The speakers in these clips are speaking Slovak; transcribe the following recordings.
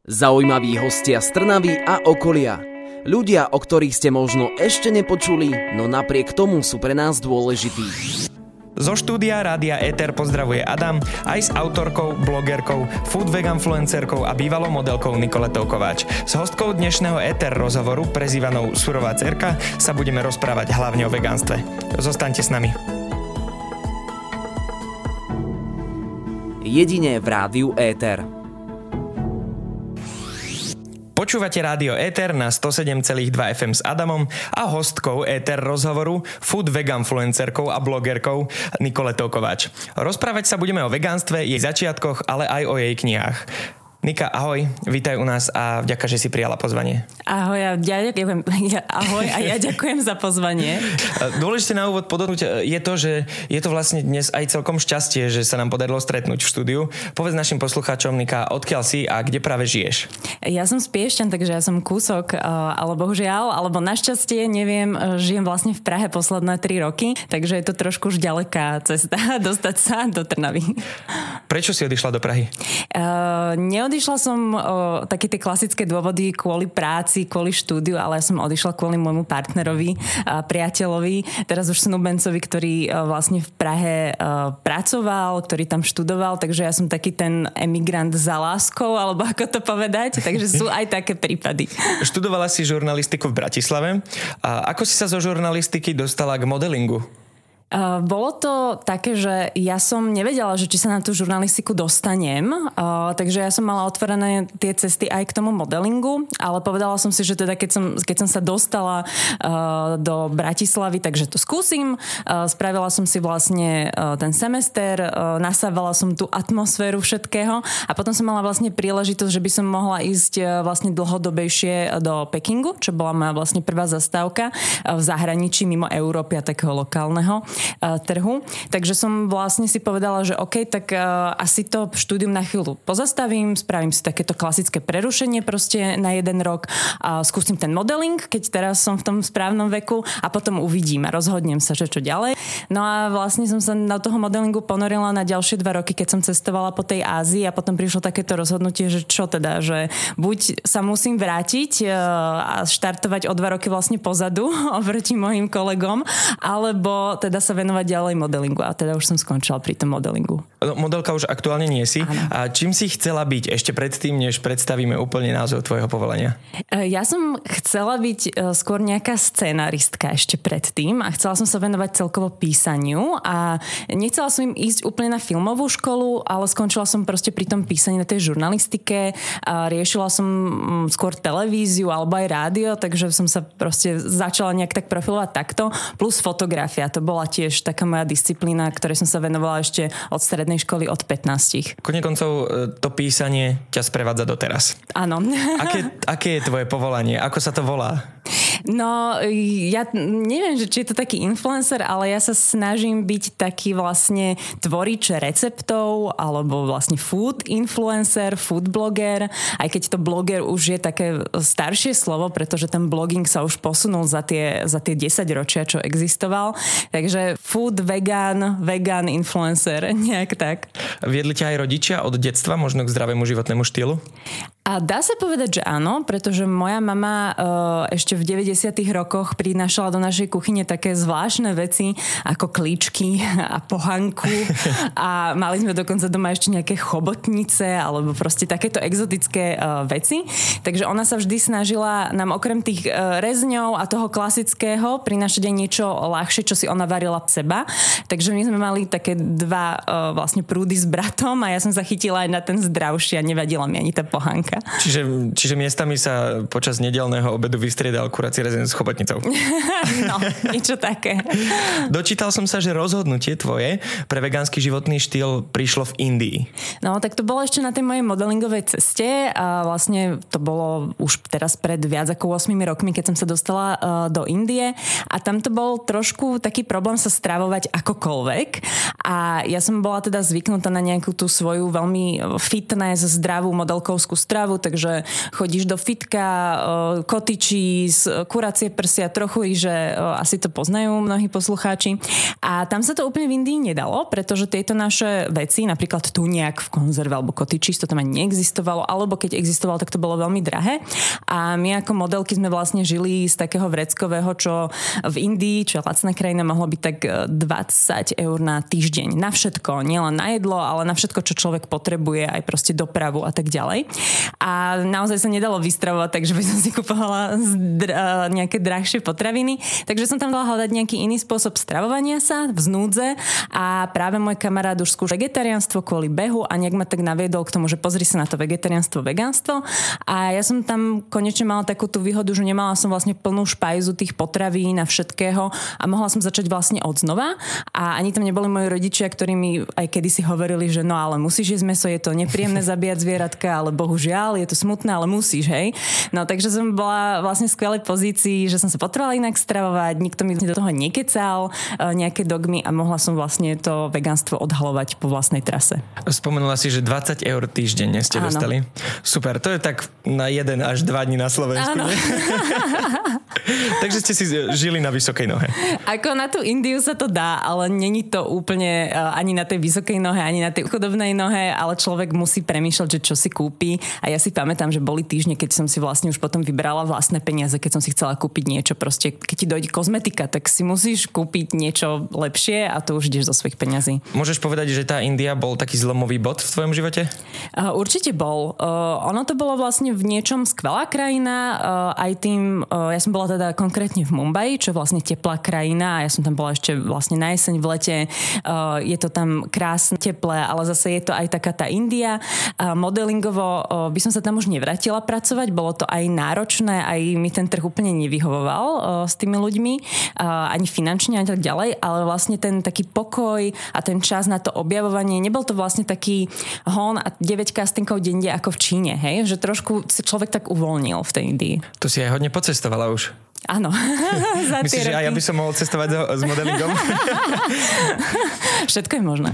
Zaujímaví hostia z Trnavy a okolia. Ľudia, o ktorých ste možno ešte nepočuli, no napriek tomu sú pre nás dôležití. Zo štúdia Rádia Éter pozdravuje Adam aj s autorkou, blogerkou, food veganfluencerkou a bývalou modelkou Nikoletou Kováč. S hostkou dnešného Éter rozhovoru, prezývanou Surová dcerka, sa budeme rozprávať hlavne o vegánstve. Zostaňte s nami. Jedine v Rádiu Éter. Počúvate Rádio Éter na 107,2 FM s Adamom a hostkou Éter rozhovoru, food veganfluencerkou a blogerkou Nikoletou Kováč. Rozprávať sa budeme o vegánstve, jej začiatkoch, ale aj o jej knihách. Nika, ahoj, vítaj u nás a vďaka, že si prijala pozvanie. Ahoj, ahoj a ja ďakujem za pozvanie. Dôležité na úvod podotknúť je to, že je to vlastne dnes aj celkom šťastie, že sa nám podarilo stretnúť v štúdiu. Povedz našim poslucháčom, Nika, odkiaľ si a kde práve žiješ? Ja som z Piešťan, takže ja som kúsok, ale bohužiaľ, alebo našťastie, neviem, žijem vlastne v Prahe posledné 3 roky, takže je to trošku už ďaleká cesta dostať sa do Trnavy. Prečo si odišla do Prahy? Neodišla som také tie klasické dôvody kvôli práci, kvôli štúdiu, ale ja som odišla kvôli môjmu partnerovi, priateľovi, teraz už snúbencovi, ktorý vlastne v Prahe pracoval, ktorý tam študoval, takže ja som taký ten emigrant za láskou, alebo ako to povedať, takže sú aj také prípady. Študovala si žurnalistiku v Bratislave. A ako si sa zo žurnalistiky dostala k modelingu? Bolo to také, že ja som nevedela, že či sa na tú žurnalistiku dostanem, takže ja som mala otvorené tie cesty aj k tomu modelingu, ale povedala som si, že teda keď som sa dostala do Bratislavy, takže to skúsim. Spravila som si vlastne ten semester, nasávala som tú atmosféru všetkého a potom som mala vlastne príležitosť, že by som mohla ísť vlastne dlhodobejšie do Pekingu, čo bola moja vlastne prvá zastávka v zahraničí mimo Európy a takého lokálneho trhu. Takže som vlastne si povedala, že OK, tak asi to štúdium na chvíľu pozastavím, spravím si takéto klasické prerušenie proste na 1 rok a skúsim ten modeling, keď teraz som v tom správnom veku a potom uvidím a rozhodnem sa, že čo ďalej. No a vlastne som sa na toho modelingu ponorila na ďalšie 2 roky, keď som cestovala po tej Ázii a potom prišlo takéto rozhodnutie, že čo teda, že buď sa musím vrátiť a štartovať o 2 roky vlastne pozadu oproti mojim kolegom, alebo teda sa venovať ďalej modelingu a teda už som skončila pri tom modelingu. Modelka už aktuálne nie si. Áno. A čím si chcela byť ešte predtým, než predstavíme úplne názov tvojho povolania? Ja som chcela byť skôr nejaká scenaristka ešte predtým a chcela som sa venovať celkovo písaniu a nechcela som im ísť úplne na filmovú školu, ale skončila som proste pri tom písaní na tej žurnalistike a riešila som skôr televíziu alebo aj rádio, takže som sa proste začala nejak tak profilovať takto, plus fotografia. To bola tiež taká moja disciplína, ktorej som sa venovala ešte od strednej školy od 15. Konec koncov to písanie ťa sprevádza doteraz. Áno. Aké je tvoje povolanie? Ako sa to volá? No, ja neviem, že či je to taký influencer, ale ja sa snažím byť taký vlastne tvorič receptov alebo vlastne food influencer, food blogger, aj keď to blogger už je také staršie slovo, pretože ten blogging sa už posunul za tie 10 ročia, čo existoval. Takže food, vegan influencer, nejak tak. Viedli ťa aj rodičia od detstva možno k zdravému životnému štýlu? A dá sa povedať, že áno, pretože moja mama ešte v 90. rokoch prinášala do našej kuchyne také zvláštne veci ako klíčky a pohanku a mali sme dokonca doma ešte nejaké chobotnice alebo proste takéto exotické veci. Takže ona sa vždy snažila nám okrem tých rezňov a toho klasického prinášať aj niečo ľahšie, čo si ona varila seba. Takže my sme mali také 2 vlastne prúdy s bratom a ja som sa chytila aj na ten zdravší a nevadila mi ani tá pohanka. Čiže miestami sa počas nedeľného obedu vystriedal kurací rezeň s chobotnicou. No, niečo také. Dočítal som sa, že rozhodnutie tvoje pre vegánsky životný štýl prišlo v Indii. No, tak to bolo ešte na tej mojej modelingovej ceste a vlastne to bolo už teraz pred viac ako 8 rokmi, keď som sa dostala do Indie a tam to bol trošku taký problém sa stravovať akokoľvek a ja som bola teda zvyknutá na nejakú tú svoju veľmi fitness, zdravú modelkovskú stravu, stravu, takže chodíš do fitka, cottage cheese, kuracie prsia, trochu že asi to poznajú mnohí poslucháči. A tam sa to úplne v Indii nedalo, pretože tieto naše veci, napríklad tuniak v konzerve alebo cottage cheese, to tam ani neexistovalo, alebo keď existovalo, tak to bolo veľmi drahé. A my ako modelky sme vlastne žili z takého vreckového, čo v Indii, čo je lacná krajina, mohlo byť tak 20 eur na týždeň. Na všetko, nielen na jedlo, ale na všetko, čo človek potrebuje, aj proste dopravu a tak ďalej. A naozaj sa nedalo vystravovať, takže by som si kupovala nejaké drahšie potraviny. Takže som tam dala hľadať nejaký iný spôsob stravovania sa v znúdze a práve môj kamarát už skúšal vegetariánstvo kvôli behu a nejak ma tak naviedol k tomu, že pozri sa na to vegetariánstvo, vegánstvo. A ja som tam konečne mala takú tú výhodu, že nemala som vlastne plnú špajzu tých potravín a všetkého a mohla som začať vlastne od znova. A ani tam neboli moji rodičia, ktorí mi aj kedysi hovorili, že no ale musíš jesť mäso, je to nepríjemné zabíjať zvieratka, ale bohužiaľ je to smutné, ale musíš, hej. No takže som bola vlastne v skvelej pozícii, že som sa potrebovala inak stravovať, nikto mi do toho nekecal nejaké dogmy a mohla som vlastne to vegánstvo odhalovať po vlastnej trase. Spomenula si, že 20 eur týždenne ste dostali. Super, to je tak na 1 až 2 dní na Slovensku. Takže ste si žili na vysokej nohe. Ako na tú Indiu sa to dá, ale není to úplne ani na tej vysokej nohe, ani na tej chudobnej nohe, ale človek musí premýšľať, že čo si kúpi. A ja si pamätám, že boli týždne, keď som si vlastne už potom vybrala vlastné peniaze, keď som si chcela kúpiť niečo. Proste, keď ti dojde kozmetika, tak si musíš kúpiť niečo lepšie a to už ideš zo svojich peňazí. Môžeš povedať, že tá India bol taký zlomový bod v tvojom živote? Určite bol. Ono to bolo vlastne v niečom skvelá krajina. Aj tým, ja som bola teda konkrétne v Mumbai, čo je vlastne teplá krajina a ja som tam bola ešte vlastne na jeseň v lete. Je to tam krásne, teplé, ale zase je to aj taká tá India. Modelingovo by som sa tam už nevrátila pracovať, bolo to aj náročné, aj mi ten trh úplne nevyhovoval s tými ľuďmi, ani finančne a tak ďalej, ale vlastne ten taký pokoj a ten čas na to objavovanie, nebol to vlastne taký hon a 9 castingov denne ako v Číne, hej? Že trošku sa človek tak uvoľnil v tej Indii. To si aj hodne pocestovala už. Áno. Myslíš, že aj ja by som mohol cestovať s modelingom? Všetko je možné.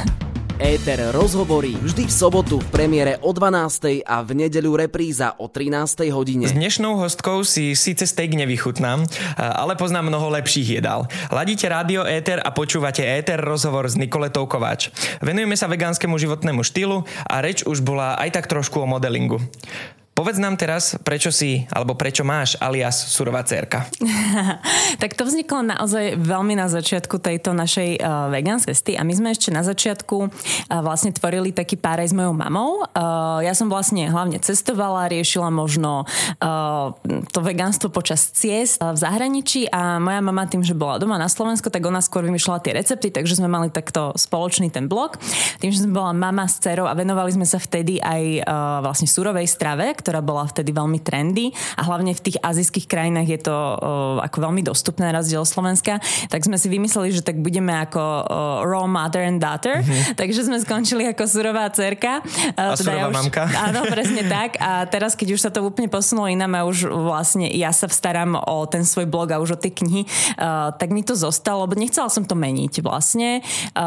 Éter rozhovorí vždy v sobotu v premiére o 12:00 a v nedeľu repríza o 13:00 hodine. S dnešnou hostkou si síce steak nevychutnám, ale poznám mnoho lepších jedál. Ladíte rádio Éter a počúvate Éter rozhovor s Nikoletou Kováč. Venujeme sa vegánskemu životnému štýlu a reč už bola aj tak trošku o modelingu. Povedz nám teraz, prečo máš alias surová dcérka. Tak to vzniklo naozaj veľmi na začiatku tejto našej vegánskej cesty a my sme ešte na začiatku vlastne tvorili taký párej s mojou mamou. Ja som vlastne hlavne cestovala, riešila možno to vegánstvo počas ciest v zahraničí a moja mama tým, že bola doma na Slovensku, tak ona skôr vymýšľala tie recepty, takže sme mali takto spoločný ten blog. Tým, že sme bola mama s dcerou a venovali sme sa vtedy aj vlastne surovej strave, ktorá bola vtedy veľmi trendy a hlavne v tých azijských krajinách je to ako veľmi dostupné na rozdiel Slovenska, tak sme si vymysleli, že tak budeme ako raw mother and daughter, takže sme skončili ako surová dcerka. A teda surová mamka. Áno, presne tak. A teraz, keď už sa to úplne posunulo inám a už vlastne ja sa vstarám o ten svoj blog a už o tie knihy, tak mi to zostalo, lebo nechcela som to meniť vlastne.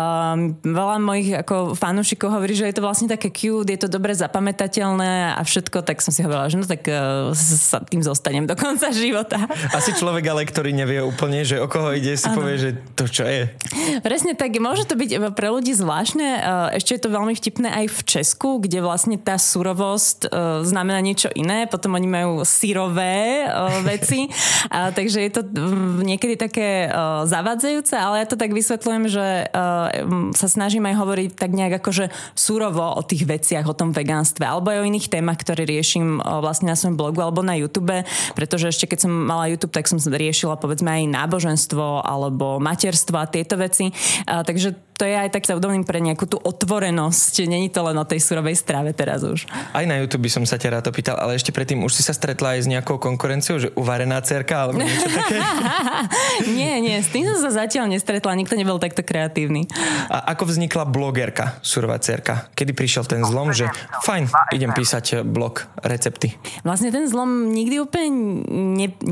Veľa mojich ako fanúšikov hovorí, že je to vlastne také cute, je to dobre zapamätateľné a všetko, tak som si hovorila, že no tak sa tým zostanem do konca života. Asi človek, ale ktorý nevie úplne, že o koho ide, si povie, že to čo je. Presne tak, môže to byť pre ľudí zvláštne. Ešte je to veľmi vtipné aj v Česku, kde vlastne tá surovosť znamená niečo iné. Potom oni majú syrové veci. Takže je to niekedy také zavádzajúce, ale ja to tak vysvetľujem, že sa snažím aj hovoriť tak nejak akože surovo o tých veciach, o tom vegánstve, alebo aj o iných témach, ktoré riešim vlastne na svojom blogu alebo na YouTube, pretože ešte keď som mala YouTube, tak som riešila povedzme aj náboženstvo alebo materstvo a tieto veci. Takže to je aj tak pseudoným pre nejakú tú otvorenosť. Není to len o tej surovej strave teraz už. Aj na YouTube by som sa ťa rád opýtal, ale ešte predtým už si sa stretla aj s nejakou konkurenciou, že uvarená dcerka alebo niečo také? Nie, s tým som sa zatiaľ nestretla, nikto nebol takto kreatívny. A ako vznikla blogerka, surová dcerka? Kedy prišiel ten zlom, že fajn, idem písať blog, recepty? Vlastne ten zlom nikdy úplne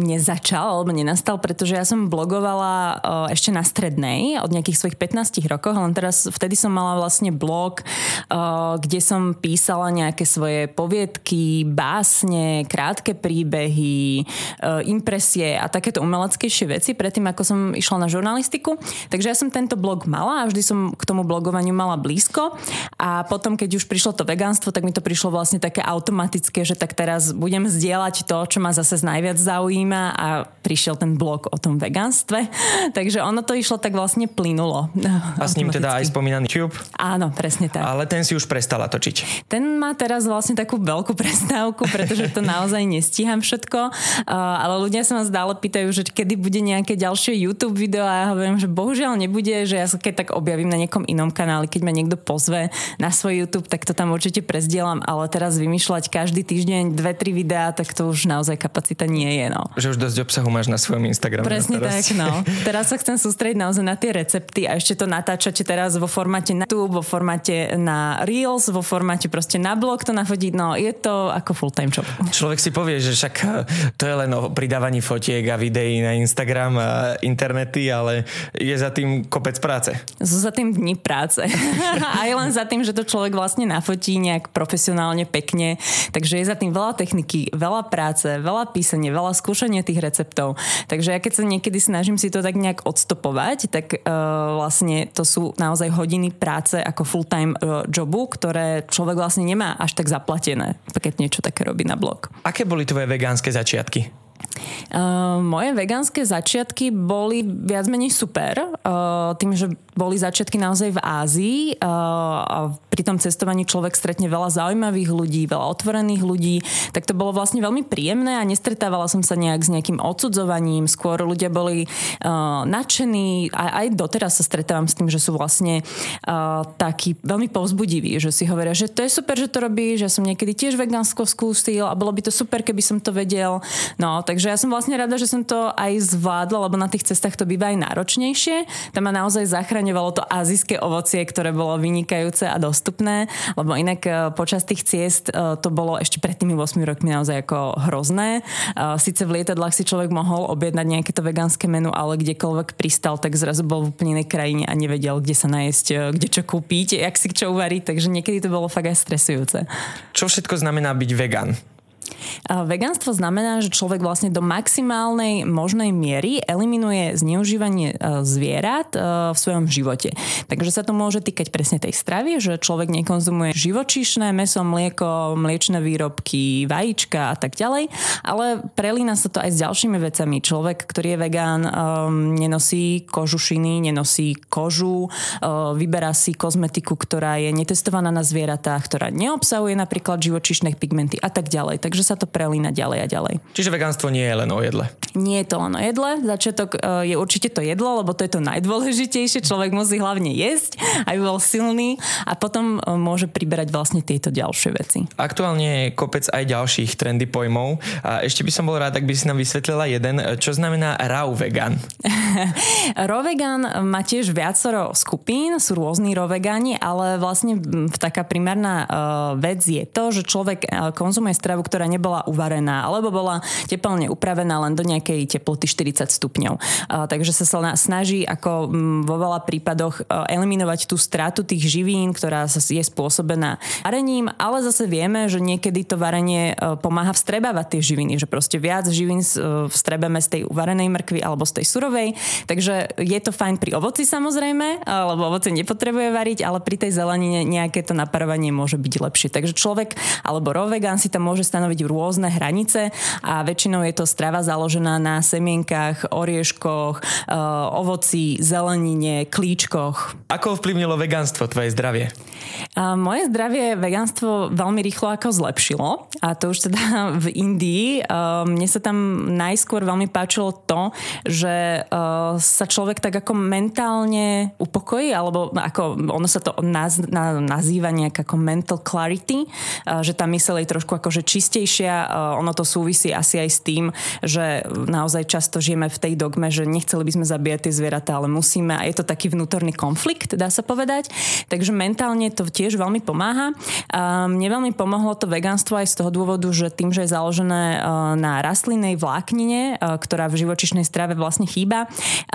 nezačal alebo nenastal, pretože ja som blogovala ešte na strednej od nejakých svojich 15 rokov. len teraz vtedy som mala vlastne blog, kde som písala nejaké svoje poviedky, básne, krátke príbehy, impresie a takéto umeleckejšie veci predtým, ako som išla na žurnalistiku. Takže ja som tento blog mala a vždy som k tomu blogovaniu mala blízko a potom, keď už prišlo to vegánstvo, tak mi to prišlo vlastne také automatické, že tak teraz budem zdieľať to, čo ma zase najviac zaujíma a prišiel ten blog o tom vegánstve. Takže ono to išlo tak vlastne plynulo. A s ním teda aj spomínaný YouTube? Áno, presne tak. Ale ten si už prestala točiť. Ten má teraz vlastne takú veľkú prestávku, pretože to naozaj nestíham všetko. Ale ľudia sa ma stále pýtajú, že kedy bude nejaké ďalšie YouTube video a ja hovorím, že bohužiaľ nebude, že ja sa keď tak objavím na niekom inom kanáli, keď ma niekto pozve na svoj YouTube, tak to tam určite prezdielam, ale teraz vymýšľať každý týždeň 2-3 videá, tak to už naozaj kapacita nie je. No. Že už dosť obsahu máš na svojom Instagrame. Presne tak, no. Teraz sa chcem sústrediť naozaj na tie recepty a ešte to natáčate teraz vo formáte na YouTube, vo formáte na Reels, vo formáte proste na blog to nafotiť, no je to ako full-time job. Človek si povie, že však to je len o pridávaní fotiek a videí na Instagram a internety, ale je za tým kopec práce. Sú za tým dni práce. Aj len za tým, že to človek vlastne nafotí nejak profesionálne, pekne. Takže je za tým veľa techniky, veľa práce, veľa písania, veľa skúšania tých receptov. Takže ja keď sa niekedy snažím si to tak nejak odstopovať, tak vlastne to sú naozaj hodiny práce ako full-time jobu, ktoré človek vlastne nemá až tak zaplatené, keď niečo také robí na blog. Aké boli tvoje vegánske začiatky? Moje vegánske začiatky boli viac menej super. Tým, že boli začiatky naozaj v Ázii a pri tom cestovaní človek stretne veľa zaujímavých ľudí, veľa otvorených ľudí, tak to bolo vlastne veľmi príjemné a nestretávala som sa nejak s nejakým odsudzovaním. Skôr ľudia boli nadšení a aj doteraz sa stretávam s tým, že sú vlastne takí veľmi povzbudiví, že si hovoria, že to je super, že to robíš, že som niekedy tiež vegánsko skúsil a bolo by to super, keby som to vedel. No, takže ja som vlastne rada, že som to aj zvládla, lebo na tých cestách to býva aj náročnejšie. Tam ma naozaj zachraňovalo to azijské ovocie, ktoré bolo vynikajúce a dostupné, lebo inak počas tých ciest to bolo ešte pred tými 8 rokmi naozaj ako hrozné. Sice v lietadlách si človek mohol objednať nejaké to vegánske menu, ale kdekoľvek pristal, tak zrazu bol v úplne inej krajine a nevedel, kde sa nájsť, kde čo kúpiť, jak si čo uvariť, takže niekedy to bolo fakt aj stresujúce. Čo všetko znamená byť vegan? Vegánstvo znamená, že človek vlastne do maximálnej možnej miery eliminuje zneužívanie zvierat v svojom živote. Takže sa to môže týkať presne tej stravy, že človek nekonzumuje živočíšne mäso, mlieko, mliečne výrobky, vajíčka a tak ďalej, ale prelína sa to aj s ďalšími vecami. Človek, ktorý je vegán, nenosí kožušiny, nenosí kožu, vyberá si kozmetiku, ktorá je netestovaná na zvieratách, ktorá neobsahuje napríklad živočíšne pigmenty a tak ďalej. Takže sa to prelína ďalej a ďalej. Čiže vegánstvo nie je len o jedle? Nie je to len o jedle. Začiatok je určite to jedlo, lebo to je to najdôležitejšie. Človek musí hlavne jesť, aby bol silný a potom môže priberať vlastne tieto ďalšie veci. Aktuálne je kopec aj ďalších trendy pojmov. A ešte by som bol rád, ak by si nám vysvetlila jeden, čo znamená raw vegan. Raw vegan má tiež viacero skupín, sú rôzni raw vegáni, ale vlastne taká primárna vec je to, že človek konzumuje stravu, ktorá nebola uvarená, alebo bola teplne upravená len do nejakej teploty 40 stupňov. Takže sa snaží ako vo veľa prípadoch eliminovať tú stratu tých živín, ktorá je spôsobená varením, ale zase vieme, že niekedy to varenie pomáha vstrebávať tie živiny, že proste viac živín vstrebeme z tej uvarenej mrkvy alebo z tej surovej. Takže je to fajn pri ovoci samozrejme, lebo ovoce nepotrebuje variť, ale pri tej zelenine nejaké to naparovanie môže byť lepšie. Takže človek alebo raw vegan si tam môže stanoviť rôzne hranice a väčšinou je to strava založená na semienkach, orieškoch, ovoci, zelenine, klíčkoch. Ako ovplyvnilo vegánstvo tvoje zdravie? Moje zdravie vegánstvo veľmi rýchlo ako zlepšilo a to už teda v Indii. Mne sa tam najskôr veľmi páčilo to, že sa človek tak ako mentálne upokojí, alebo ako ono sa to nazýva nejak ako mental clarity, že tá myseľ je trošku akože čistejšia, ono to súvisí asi aj s tým, že naozaj často žijeme v tej dogme, že nechceli by sme zabíjať tie zvieratá, ale musíme a je to taký vnútorný konflikt, dá sa povedať. Takže mentálne to tiež veľmi pomáha. Mne veľmi pomohlo to vegánstvo aj z toho dôvodu, že tým, že je založené na rastlinnej vláknine, ktorá v živočíšnej strave vlastne chýba,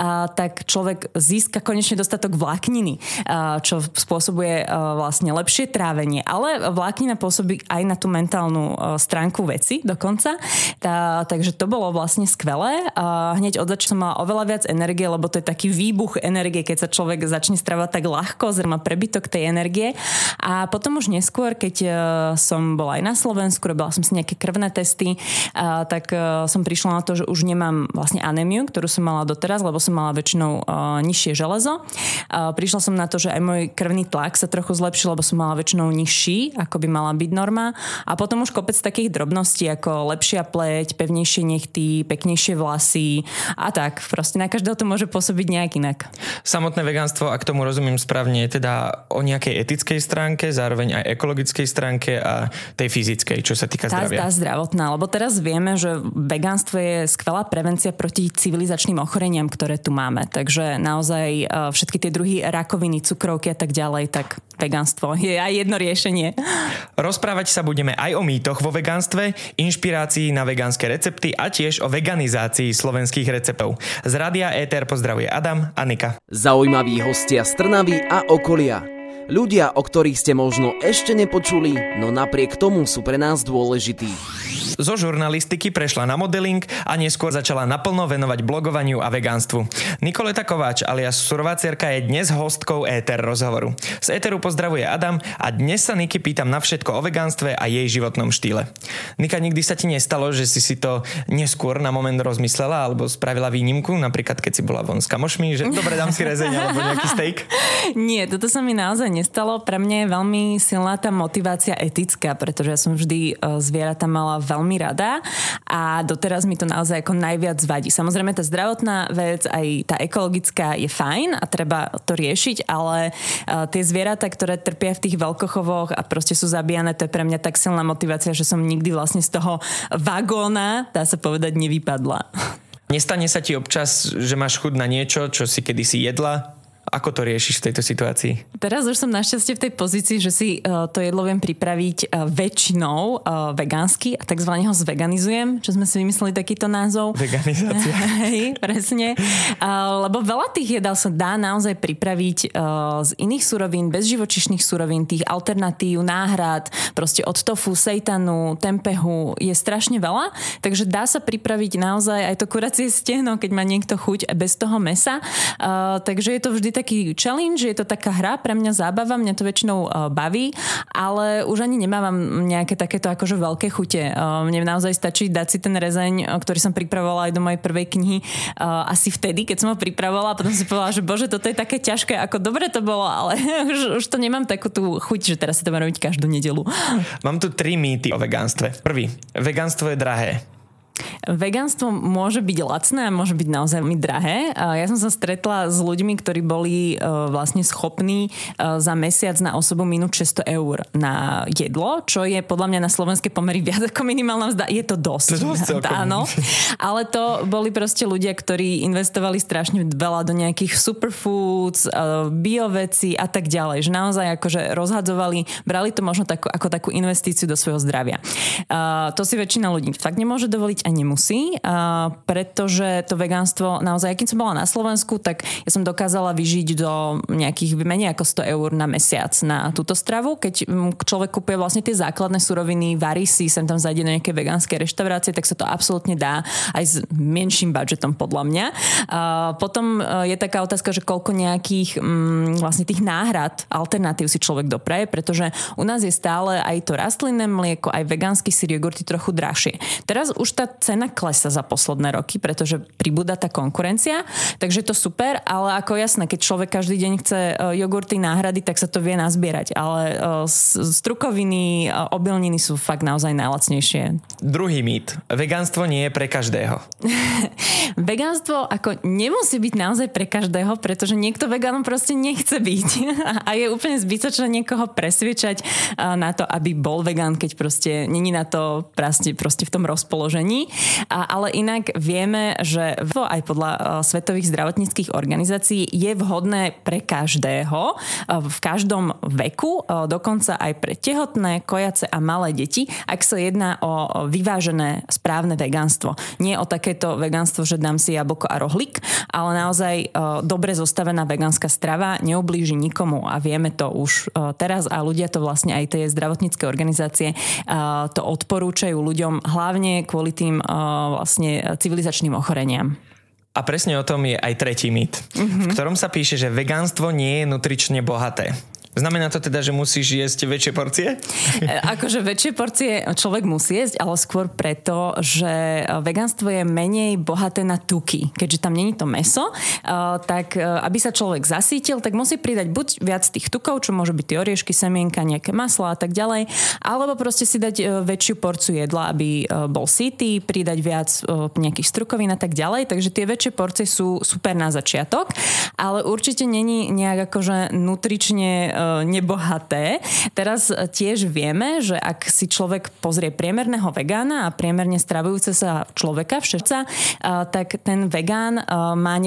tak človek získa konečne dostatok vlákniny, čo spôsobuje vlastne lepšie trávenie. Ale vláknina pôsobí aj na tú mentálnu stránku veci dokonca. Takže to bolo vlastne skvelé. Hneď od začiatku som mala oveľa viac energie, lebo to je taký výbuch energie, keď sa človek začne stravovať tak ľahko, má prebytok tej energie. A potom už neskôr, keď som bola aj na Slovensku, robila som si nejaké krvné testy, tak som prišla na to, že už nemám vlastne anémiu, ktorú som mala doteraz, lebo som mala väčšinou nižšie železo. Prišla som na to, že aj môj krvný tlak sa trochu zlepšil, lebo som mala väčšinou nižší, ako by mala byť norma. A potom už kopec takých drobností, ako lepšia pleť, pevnejšie nechty, peknejšie vlasy a tak. Proste na každého to môže pôsobiť nejak inak. Samotné vegánstvo, ak tomu rozumiem správne, je teda o nejakej etickej stránke, zároveň aj ekologickej stránke a tej fyzickej, čo sa týka zdravia. Tá zdravotná, lebo teraz vieme, že vegánstvo je skvelá prevencia proti civilizačným ochoreniam, ktoré tu máme. Takže naozaj všetky tie druhy rakoviny, cukrovky a tak ďalej, tak vegánstvo je aj jedno riešenie. Rozprávať sa budeme aj o mýtoch vo vegánstve, inšpirácii na vegánske recepty a tiež o veganizácii slovenských receptov. Z Rádia Éter pozdravuje Adam a Nika. Zaujímaví hostia z Trnavy a okolia. Ľudia, o ktorých ste možno ešte nepočuli, no napriek tomu sú pre nás dôležití. Zo žurnalistiky prešla na modeling a neskôr začala naplno venovať blogovaniu a vegánstvu. Nikoleta Kováč alias Surová dcerka je dnes hostkou Éter rozhovoru. Z Éteru pozdravuje Adam a dnes sa Niky pýtam na všetko o vegánstve a jej životnom štýle. Nika, nikdy sa ti nestalo, že si to neskôr na moment rozmyslela alebo spravila výnimku, napríklad keď si bola von s kamošmi, že dobre, dám si rezeň alebo nejaký steak? Nie, toto sa mi naozaj nestalo. Pre mňa je veľmi silná tá motivácia etická, pretože ja som vždy zvieratá mala veľmi rada a doteraz mi to naozaj ako najviac vadí. Samozrejme tá zdravotná vec, aj tá ekologická je fajn a treba to riešiť, ale tie zvieratá, ktoré trpia v tých veľkochovoch a proste sú zabíjane, to je pre mňa tak silná motivácia, že som nikdy vlastne z toho vagóna, dá sa povedať, nevypadla. Nestane sa ti občas, že máš chuť na niečo, čo si kedysi jedla? Ako to riešiš v tejto situácii? Teraz už som našťastie v tej pozícii, že si to jedlo viem pripraviť väčšinou vegánsky a takzvané ho zveganizujem, čo sme si vymysleli takýto názov. Veganizácia. Hej, presne. Lebo veľa tých jedál sa dá naozaj pripraviť z iných surovín, bez živočíšnych surovín, tých alternatív, náhrad, proste od tofu, seitanu, tempehu je strašne veľa, takže dá sa pripraviť naozaj aj to kuracie stehno, keď má niekto chuť bez toho mäsa. Takže je to vždy taký challenge, je to taká hra, pre mňa zábava, mňa to väčšinou baví, ale už ani nemávam nejaké takéto akože veľké chute. Mne naozaj stačí dať si ten rezeň, ktorý som pripravovala aj do mojej prvej knihy asi vtedy, keď som ho pripravovala a potom si povedala, že bože, toto je také ťažké, ako dobre to bolo, ale už to nemám takú tú chuť, že teraz si to mám robiť každú nedeľu. Mám tu 3 mýty o vegánstve. Prvý, vegánstvo je drahé. Vegánstvo môže byť lacné a môže byť naozaj veľmi drahé. Ja som sa stretla s ľuďmi, ktorí boli vlastne schopní za mesiac na osobu minúť 600 eur na jedlo, čo je podľa mňa na slovenské pomery viac ako minimálna mzda. Je to dosť. Áno. Ale to boli proste ľudia, ktorí investovali strašne veľa do nejakých superfoods, bioveci a tak ďalej. Že naozaj akože rozhadzovali, brali to možno ako takú investíciu do svojho zdravia. To si väčšina ľudí fakt nemôže dovoliť a nemusí, pretože to vegánstvo naozaj, keď som bola na Slovensku, tak ja som dokázala vyžiť do nejakých menej ako 100 eur na mesiac na túto stravu. Keď človek kúpuje vlastne tie základné suroviny, varí si, sem tam zajde do nejakej vegánskej reštaurácie, tak sa to absolútne dá aj s menším budžetom podľa mňa. Potom je taká otázka, že koľko nejakých vlastne tých náhrad, alternatív si človek dopraje, pretože u nás je stále aj to rastlinné mlieko, aj vegánsky syr, jogurty trochu drahšie. Teraz už tá cena ona klesa za posledné roky, pretože pribúda tá konkurencia, takže je to super, ale ako jasné, keď človek každý deň chce jogurty náhrady, tak sa to vie nazbierať, ale strukoviny, obilniny sú fakt naozaj najlacnejšie. Druhý mýt. Vegánstvo nie je pre každého. Vegánstvo ako nemusí byť naozaj pre každého, pretože niekto vegánom proste nechce byť a je úplne zbytočné niekoho presviečať na to, aby bol vegán, keď proste není na to proste v tom rozpoložení. Ale inak vieme, že aj podľa svetových zdravotníckych organizácií je vhodné pre každého, v každom veku, dokonca aj pre tehotné, kojace a malé deti, ak sa jedná o vyvážené správne vegánstvo. Nie o takéto vegánstvo, že dám si jablko a rohlík, ale naozaj dobre zostavená vegánska strava neublíži nikomu a vieme to už teraz a ľudia to vlastne aj tie zdravotnícke organizácie to odporúčajú ľuďom hlavne kvôli tým vlastne civilizačným ochoreniam. A presne o tom je aj tretí mýt, v ktorom sa píše, že vegánstvo nie je nutrične bohaté. Znamená to teda, že musíš jesť väčšie porcie? Akože väčšie porcie človek musí jesť, ale skôr preto, že vegánstvo je menej bohaté na tuky. Keďže tam není to mäso, tak aby sa človek zasítil, tak musí pridať buď viac tých tukov, čo môže byť tie oriešky, semienka, nejaké maslo a tak ďalej, alebo proste si dať väčšiu porciu jedla, aby bol sytý, pridať viac nejakých strukovín a tak ďalej. Takže tie väčšie porcie sú super na začiatok, ale určite není nejak akože nutrične nebohaté. Teraz tiež vieme, že ak si človek pozrie priemerného vegána a priemerne stravujúce sa človeka, všetca, tak ten vegán má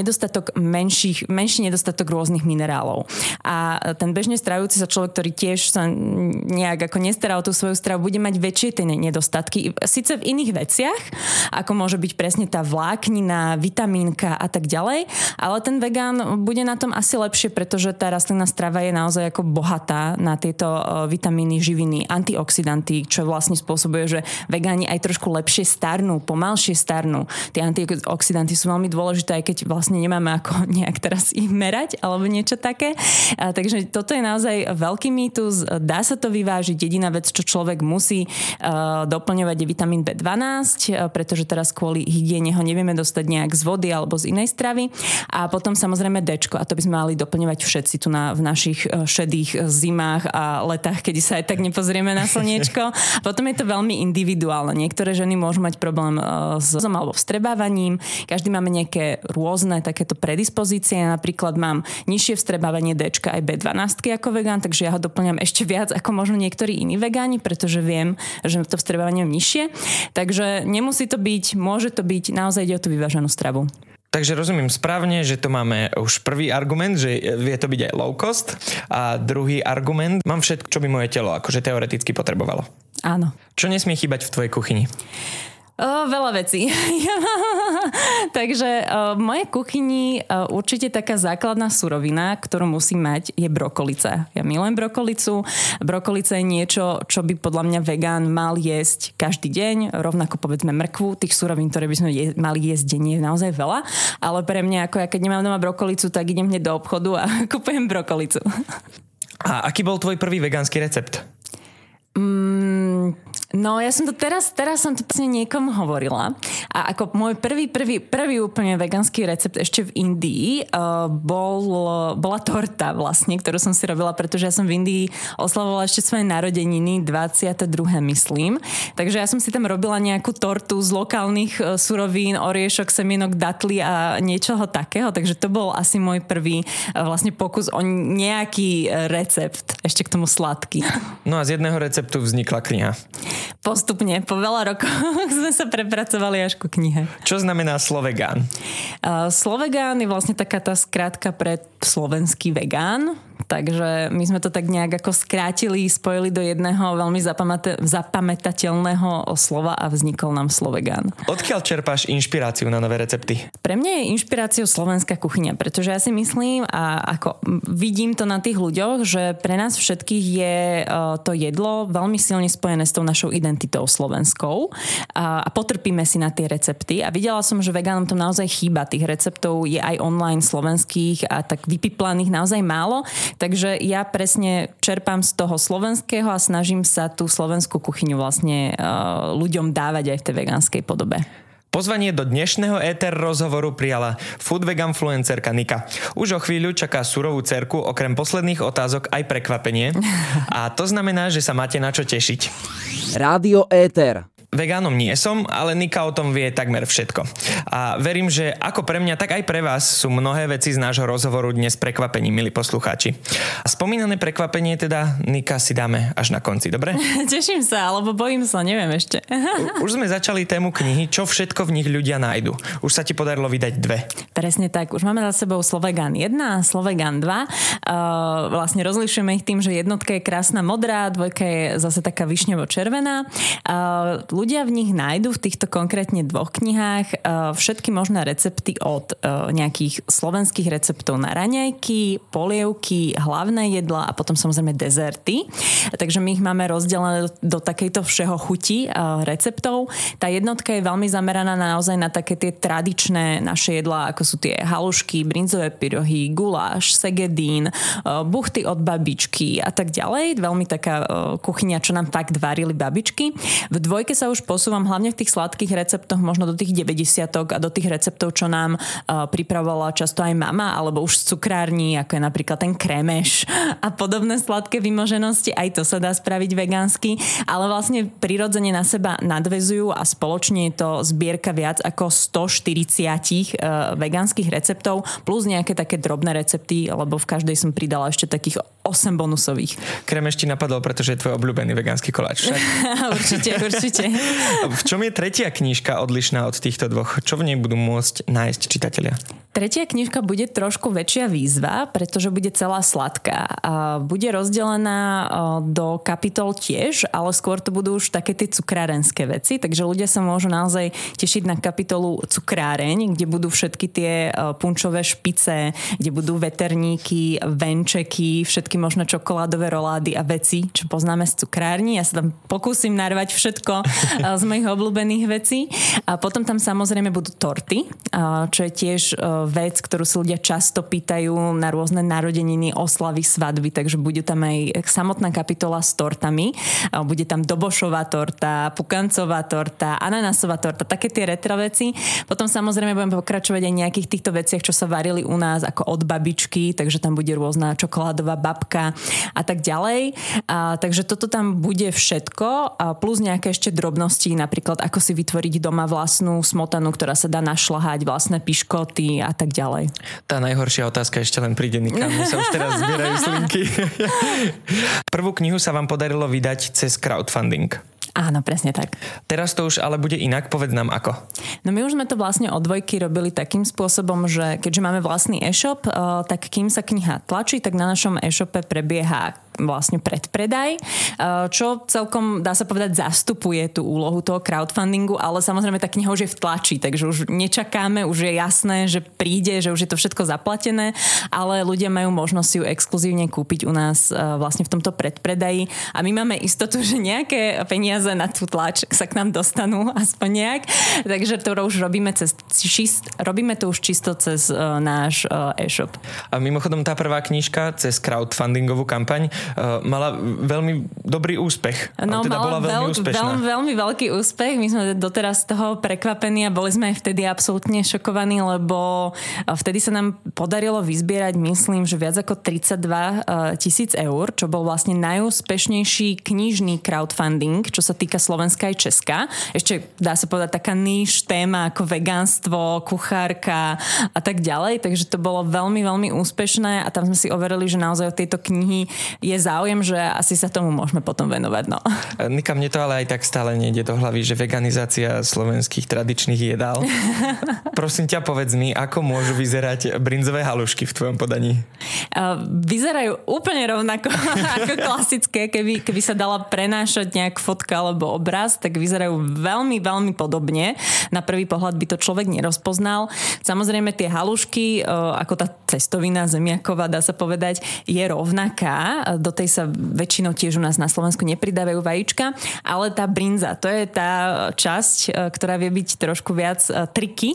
menší nedostatok rôznych minerálov. A ten bežne stravujúci sa človek, ktorý tiež sa nejak ako nestará o tú svoju stravu, bude mať väčšie tie nedostatky. Sice v iných veciach, ako môže byť presne tá vláknina, vitamínka a tak ďalej, ale ten vegán bude na tom asi lepšie, pretože tá rastlinná strava je naozaj ako bohatá na tieto vitamíny, živiny, antioxidanty, čo vlastne spôsobuje, že vegáni aj trošku lepšie starnú, pomalšie starnú. Tie antioxidanty sú veľmi dôležité, aj keď vlastne nemáme ako nejak teraz ich merať alebo niečo také. Takže toto je naozaj veľký mýtus. Dá sa to vyvážiť. Jediná vec, čo človek musí doplňovať, je vitamín B12, pretože teraz kvôli hygiene ho nevieme dostať nejak z vody alebo z inej stravy. A potom samozrejme Dčko, a to by sme mali doplňovať všetci tu v našich šedých zimách a letách, kedy sa aj tak nepozrieme na slniečko. Potom je to veľmi individuálne. Niektoré ženy môžu mať problém s alebo vstrebávaním. Každý máme nejaké rôzne takéto predispozície. Napríklad mám nižšie vstrebávanie Dčka aj B12 ako vegán, takže ja ho doplňam ešte viac ako možno niektorí iní vegáni, pretože viem, že to vstrebávanie je nižšie. Takže nemusí to byť, môže to byť, naozaj ide o tú vyváženú stravu. Takže rozumiem správne, že to máme už prvý argument, že vie to byť aj low cost, a druhý argument, mám všetko, čo by moje telo akože teoreticky potrebovalo. Áno. Čo nesmie chýbať v tvojej kuchyni? Veľa vecí. Takže v mojej kuchyni určite taká základná surovina, ktorú musím mať, je brokolica. Ja milujem brokolicu. Brokolica je niečo, čo by podľa mňa vegán mal jesť každý deň. Rovnako povedzme mrkvu. Tých surovín, ktoré by sme mali jesť denne, je naozaj veľa. Ale pre mňa, ako ja keď nemám doma brokolicu, tak idem hneď do obchodu a kupujem brokolicu. A aký bol tvoj prvý vegánsky recept? No ja som to teraz som to niekomu hovorila a ako môj prvý úplne vegánsky recept ešte v Indii bola torta vlastne, ktorú som si robila, pretože ja som v Indii oslavovala ešte svoje narodeniny 22. myslím. Takže ja som si tam robila nejakú tortu z lokálnych surovín, oriešok, semienok, datly a niečoho takého, takže to bol asi môj prvý vlastne pokus o nejaký recept, ešte k tomu sladký. No a z jedného receptu vznikla kniha. Postupne, po veľa rokov sme sa prepracovali až ku knihe. Čo znamená Slovegán? Slovegán je vlastne taká tá skrátka pre slovenský vegán. Takže my sme to tak nejak ako skrátili, spojili do jedného veľmi zapamätateľného slova a vznikol nám Slovegán. Odkiaľ čerpáš inšpiráciu na nové recepty? Pre mňa je inšpiráciou slovenská kuchyňa, pretože ja si myslím a ako vidím to na tých ľuďoch, že pre nás všetkých je to jedlo veľmi silne spojené s tou našou identitou slovenskou a potrpíme si na tie recepty a videla som, že vegánom to naozaj chýba. Tých receptov je aj online slovenských a tak vypiplaných naozaj málo. Takže ja presne čerpám z toho slovenského a snažím sa tú slovenskú kuchyňu vlastne ľuďom dávať aj v tej vegánskej podobe. Pozvanie do dnešného éter rozhovoru prijala food veganfluencerka Nika. Už o chvíľu čaká surovú cerku, okrem posledných otázok aj prekvapenie. A to znamená, že sa máte na čo tešiť. Rádio Éter. Vegánom nie som, ale Nika o tom vie takmer všetko. A verím, že ako pre mňa, tak aj pre vás sú mnohé veci z nášho rozhovoru dnes prekvapením, milí poslucháči. A spomínané prekvapenie teda, Nika, si dáme až na konci, dobre? Teším sa, alebo bojím sa, neviem ešte. Už sme začali tému knihy, čo všetko v nich ľudia nájdu. Už sa ti podarilo vydať 2. Presne tak, už máme za sebou Slovegan 1 a Slovegan 2. Vlastne rozlišujeme ich tým, že jednotka je krásna modrá, dvojka je zase taká višňovo-červená. Ľudia v nich nájdu v týchto konkrétne 2 knihách všetky možné recepty od nejakých slovenských receptov na raňajky, polievky, hlavné jedlá a potom samozrejme dezerty. Takže my ich máme rozdelené do takejto všeho chuti receptov. Tá jednotka je veľmi zameraná naozaj na také tie tradičné naše jedlá, ako sú tie halušky, brinzové pyrohy, guláš, segedín, buchty od babičky a tak ďalej. Veľmi taká kuchyňa, čo nám fakt varili babičky. V dvojke sa už posúvam hlavne v tých sladkých receptoch, možno do tých 90-tok a do tých receptov, čo nám pripravovala často aj mama, alebo už z cukrární, ako je napríklad ten kremeš a podobné sladké vymoženosti. Aj to sa dá spraviť vegánsky, ale vlastne prirodzene na seba nadväzujú a spoločne je to zbierka viac ako 140 vegánskych receptov plus nejaké také drobné recepty, lebo v každej som pridala ešte takých 8 bonusových. Kremeš ti napadol, pretože je tvoj obľúbený vegánsky koláč, však? Určite. V čom je tretia knižka odlišná od týchto 2? Čo v nej budú môcť nájsť čitatelia? Tretia knižka bude trošku väčšia výzva, pretože bude celá sladká. Bude rozdelená do kapitol tiež, ale skôr to budú už také tie cukrárenské veci, takže ľudia sa môžu naozaj tešiť na kapitolu cukráreň, kde budú všetky tie punčové špice, kde budú veterníky, venčeky, všetky možné čokoládové rolády a veci, čo poznáme z cukrárni. Ja sa tam pokúsim narvať všetko z mojich obľúbených vecí. A potom tam samozrejme budú torty, čo je tiež vec, ktorú si ľudia často pýtajú na rôzne narodeniny, oslavy, svadby, takže bude tam aj samotná kapitola s tortami. Bude tam dobošová torta, pukancová torta, ananásová torta, také tie retro veci. Potom samozrejme budem pokračovať aj nejakých týchto veciach, čo sa varili u nás ako od babičky, takže tam bude rôzna čokoládová babka a tak ďalej. Takže toto tam bude všetko, plus nejaké ešte drobnosti, napríklad ako si vytvoriť doma vlastnú smotanu, ktorá sa dá našľahať, vlastné piškoty a tak ďalej. Tá najhoršia otázka ešte len príde, Nika. Mne sa už teraz zbierajú slinky. Prvú knihu sa vám podarilo vydať cez crowdfunding. Áno, presne tak. Teraz to už ale bude inak, povedz nám ako. No my už sme to vlastne od dvojky robili takým spôsobom, že keďže máme vlastný e-shop, tak kým sa kniha tlačí, tak na našom e-shope prebieha vlastne predpredaj, čo celkom, dá sa povedať, zastupuje tú úlohu toho crowdfundingu, ale samozrejme tá kniha už je v tlači, takže už nečakáme, už je jasné, že príde, že už je to všetko zaplatené, ale ľudia majú možnosť ju exkluzívne kúpiť u nás vlastne v tomto predpredaji a my máme istotu, že nejaké peniaze na tú tlač sa k nám dostanú aspoň nejak, takže to už robíme robíme to už čisto cez náš e-shop. A mimochodom tá prvá knižka cez crowdfundingovú kampaň mala veľmi dobrý úspech. No, teda bola veľmi úspešná. Veľmi veľký úspech. My sme doteraz z toho prekvapení a boli sme aj vtedy absolútne šokovaní, lebo vtedy sa nám podarilo vyzbierať, myslím, že viac ako 32 000 eur, čo bol vlastne najúspešnejší knižný crowdfunding, čo sa týka Slovenska aj Česka. Ešte dá sa povedať taká níž téma ako vegánstvo, kuchárka a tak ďalej. Takže to bolo veľmi, veľmi úspešné a tam sme si overili, že naozaj od tejto knihy je záujem, že asi sa tomu môžeme potom venovať. No. Nika, mne to ale aj tak stále nejde do hlavy, že veganizácia slovenských tradičných jedál. Prosím ťa, povedz mi, ako môžu vyzerať brinzové halušky v tvojom podaní? Vyzerajú úplne rovnako ako klasické. Keby sa dala prenášať nejak fotka alebo obraz, tak vyzerajú veľmi, veľmi podobne. Na prvý pohľad by to človek nerozpoznal. Samozrejme tie halušky, ako tá cestovina zemiaková, dá sa povedať, je rovnaká. Do tej sa väčšinou tiež u nás na Slovensku nepridávajú vajíčka, ale tá brinza, to je tá časť, ktorá vie byť trošku viac triky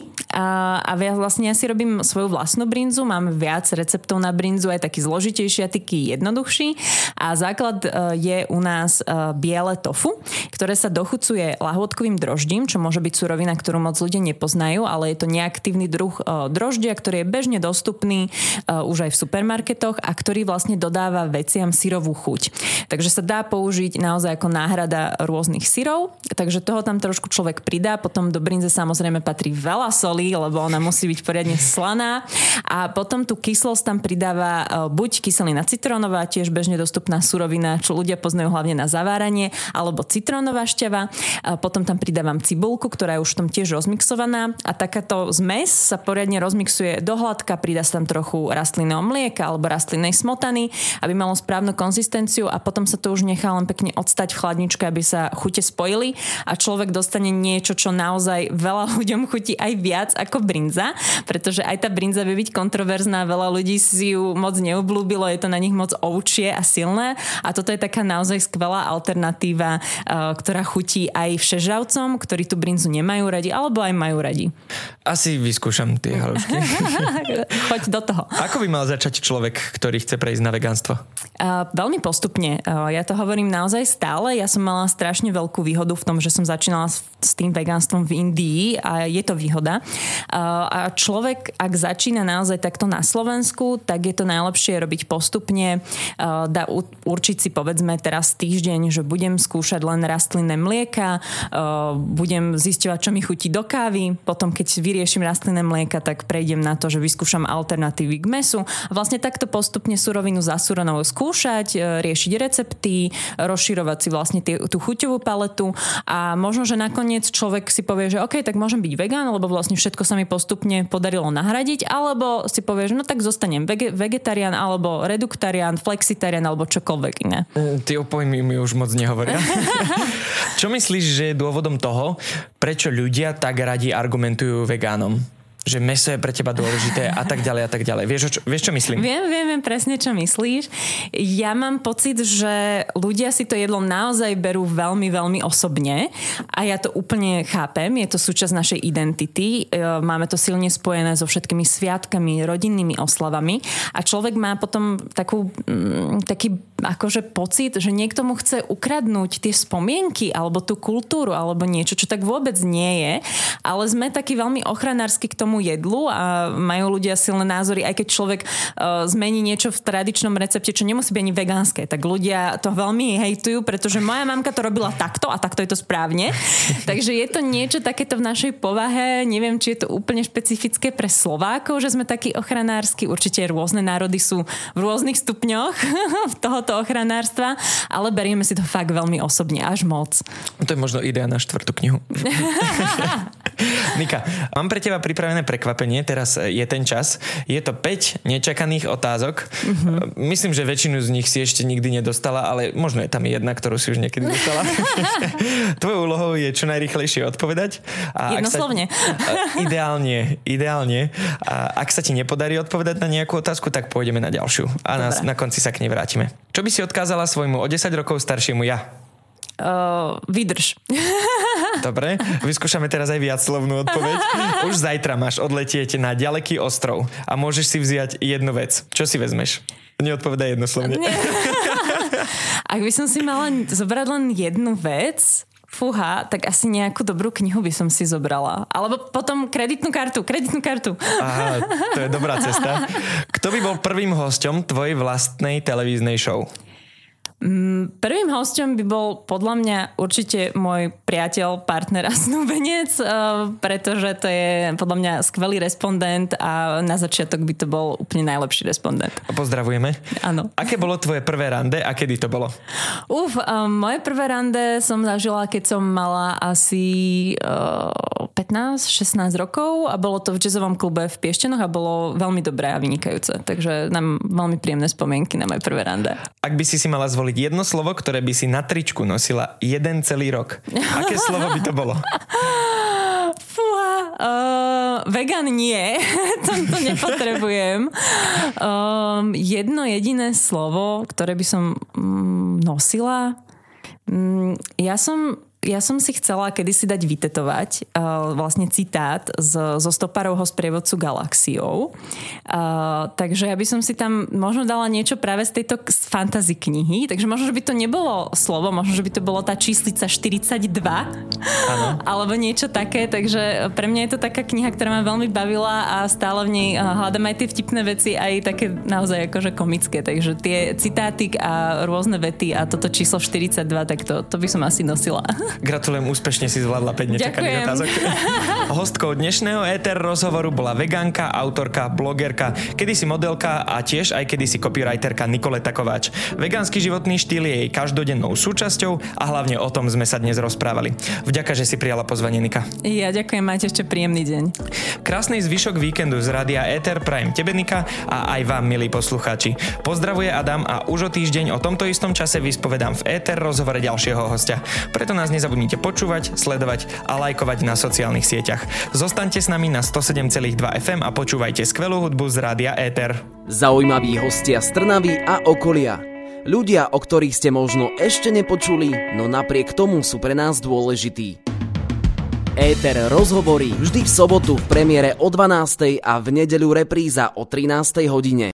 a vlastne ja si robím svoju vlastnú brinzu, mám viac receptov na brinzu, aj taký zložitejší a taký jednoduchší a základ je u nás biele tofu, ktoré sa dochucuje lahôdkovým droždím, čo môže byť surovina, ktorú moc ľudia nepoznajú, ale je to neaktívny druh droždia, ktorý je bežne dostupný už aj v supermarketoch a ktorý vlastne dodáva veciam syrovú chuť. Takže sa dá použiť naozaj ako náhrada rôznych syrov, takže toho tam trošku človek pridá, potom do brinze samozrejme patrí veľa solí, lebo ona musí byť poriadne slaná a potom tú kyslosť tam pridáva buď kyselina citrónová, tiež bežne dostupná surovina, čo ľudia poznajú hlavne na zaváranie, alebo citrónová šťava. Potom tam pridávam cibulku, ktorá je už v tom tiež rozmixovaná a takáto zmes sa poriadne rozmixuje do hladka, pridá sa tam trochu rastlinného mlieka alebo rastlinnej smotany, aby malo správnu konzistenciu a potom sa to už nechá len pekne odstať v chladničke, aby sa chute spojili a človek dostane niečo, čo naozaj veľa ľuďom chutí aj viac ako brinza, pretože aj tá brinza vie byť kontroverzná, veľa ľudí si ju moc neobľúbilo, je to na nich moc ovčie a silné a toto je taká naozaj skvelá alternatíva, ktorá chutí aj všežravcom, ktorí tú brinzu nemajú radi, alebo aj majú radi. Asi vyskúšam tie halušky. Choď do toho. Ako by mal začať človek, ktorý chce prejsť na vegánstvo? Veľmi postupne. Ja to hovorím naozaj stále. Ja som mala strašne veľkú výhodu v tom, že som začínala s tým vegánstvom v Indii a je to výhoda. A človek, ak začína naozaj takto na Slovensku, tak je to najlepšie robiť postupne. Dá určiť si povedzme teraz týždeň, že budem skúšať len rastlinné mlieka, budem zisťovať, čo mi chutí do kávy, potom keď vyriešim rastlinné mlieka, tak prejdem na to, že vyskúšam alternatívy k mäsu a vlastne takto postupne surovinu za surovinou skúšať, riešiť recepty, rozširovať si vlastne tú chuťovú paletu a možno, že nakoniec človek si povie, že OK, tak môžem byť vegán, lebo vlastne všetko sa mi postupne podarilo nahradiť, alebo si povie, že no tak zostanem vegetarián alebo reduktarián, flexitarián alebo čokoľvek iné. Tie pojmy mi už moc nehovoria. Čo myslíš, že je dôvodom toho, prečo ľudia tak radi argumentujú vegánom? Že mäso je pre teba dôležité a tak ďalej a tak ďalej. Vieš, čo myslím? Viem presne, čo myslíš. Ja mám pocit, že ľudia si to jedlo naozaj berú veľmi, veľmi osobne a ja to úplne chápem. Je to súčasť našej identity. Máme to silne spojené so všetkými sviatkami, rodinnými oslavami a človek má potom taký akože pocit, že niekto mu chce ukradnúť tie spomienky alebo tú kultúru alebo niečo, čo tak vôbec nie je. Ale sme takí veľmi ochranársky k tomu jedlu a majú ľudia silné názory, aj keď človek zmení niečo v tradičnom recepte, čo nemusí byť ani vegánske, tak ľudia to veľmi hejtujú, pretože moja mamka to robila takto a takto je to správne. Takže je to niečo takéto v našej povahe, neviem, či je to úplne špecifické pre Slovákov, že sme takí ochranársky, určite rôzne národy sú v rôznych stupňoch tohoto ochranárstva, ale berieme si to fakt veľmi osobne, až moc. To je možno idea na 4. knihu. Nika, mám pre teba pripravené prekvapenie, teraz je ten čas. Je to 5 nečakaných otázok. Myslím, že väčšinu z nich si ešte nikdy nedostala, ale možno je tam jedna, ktorú si už niekedy dostala. Tvojou úlohou je čo najrýchlejšie odpovedať. A jednoslovne. Ideálne. A ak sa ti nepodarí odpovedať na nejakú otázku, tak pôjdeme na ďalšiu. A na konci sa k nej vrátime. Čo by si odkázala svojmu o 10 rokov staršiemu ja? Vydrž. Dobre, vyskúšame teraz aj viacslovnú odpoveď. Už zajtra máš odletieť na ďaleký ostrov a môžeš si vziať jednu vec. Čo si vezmeš? Neodpovedaj jednoslovne. Ak by som si mala zobrať len jednu vec, fúha, tak asi nejakú dobrú knihu by som si zobrala. Alebo potom kreditnú kartu. Aha, to je dobrá cesta. Kto by bol prvým hosťom tvojej vlastnej televíznej show? Prvým hosťom by bol podľa mňa určite môj priateľ, partner a snúbenec, pretože to je podľa mňa skvelý respondent a na začiatok by to bol úplne najlepší respondent. Pozdravujeme. Áno. Aké bolo tvoje prvé rande a kedy to bolo? Moje prvé rande som zažila, keď som mala asi 15-16 rokov a bolo to v jazzovom klube v Piešťanoch a bolo veľmi dobré a vynikajúce. Takže nám veľmi príjemné spomienky na moje prvé rande. Ak by si mala zvoliť jedno slovo, ktoré by si na tričku nosila jeden celý rok, aké slovo by to bolo? Fúha, vegan nie. To nepotrebujem. Jedno jediné slovo, ktoré by som nosila. Ja som Ja som si chcela kedysi dať vytetovať vlastne citát zo Stoparovho sprievodcu Galaxiou. Takže ja by som si tam možno dala niečo práve z tejto fantasy knihy. Takže možno, že by to nebolo slovo, možno, že by to bolo tá číslica 42. Ano. Alebo niečo také. Takže pre mňa je to taká kniha, ktorá ma veľmi bavila a stále v nej hľadám aj tie vtipné veci, aj také naozaj akože komické. Takže tie citáty a rôzne vety a toto číslo 42, tak to by som asi nosila. Gratulujem, úspešne si zvládla 5 nečakaných otázok. Hostkou dnešného Éter rozhovoru bola vegánka, autorka, blogerka, kedysi modelka a tiež aj kedysi copywriterka Nikoleta Kováč. Vegánsky životný štýl je jej každodennou súčasťou a hlavne o tom sme sa dnes rozprávali. Vďaka, že si prijala pozvanie, Nika. Ja ďakujem, máte ešte príjemný deň. Krásny zvyšok víkendu z rádia Éter prajem tebe, Nika, a aj vám, milí poslucháči. Pozdravuje Adam a už o týždeň o tomto istom čase vyspovedám v Éter rozhovore ďalšieho hostia. Preto nás nezabudnite počúvať, sledovať a lajkovať na sociálnych sieťach. Zostaňte s nami na 107,2 FM a počúvajte skvelú hudbu z rádia Éter. Zaujímaví hostia z Trnavy a okolia. Ľudia, o ktorých ste možno ešte nepočuli, no napriek tomu sú pre nás dôležití. Éter rozhovory vždy v sobotu v premiére o 12:00 a v nedeľu repríza o 13:00 hodine.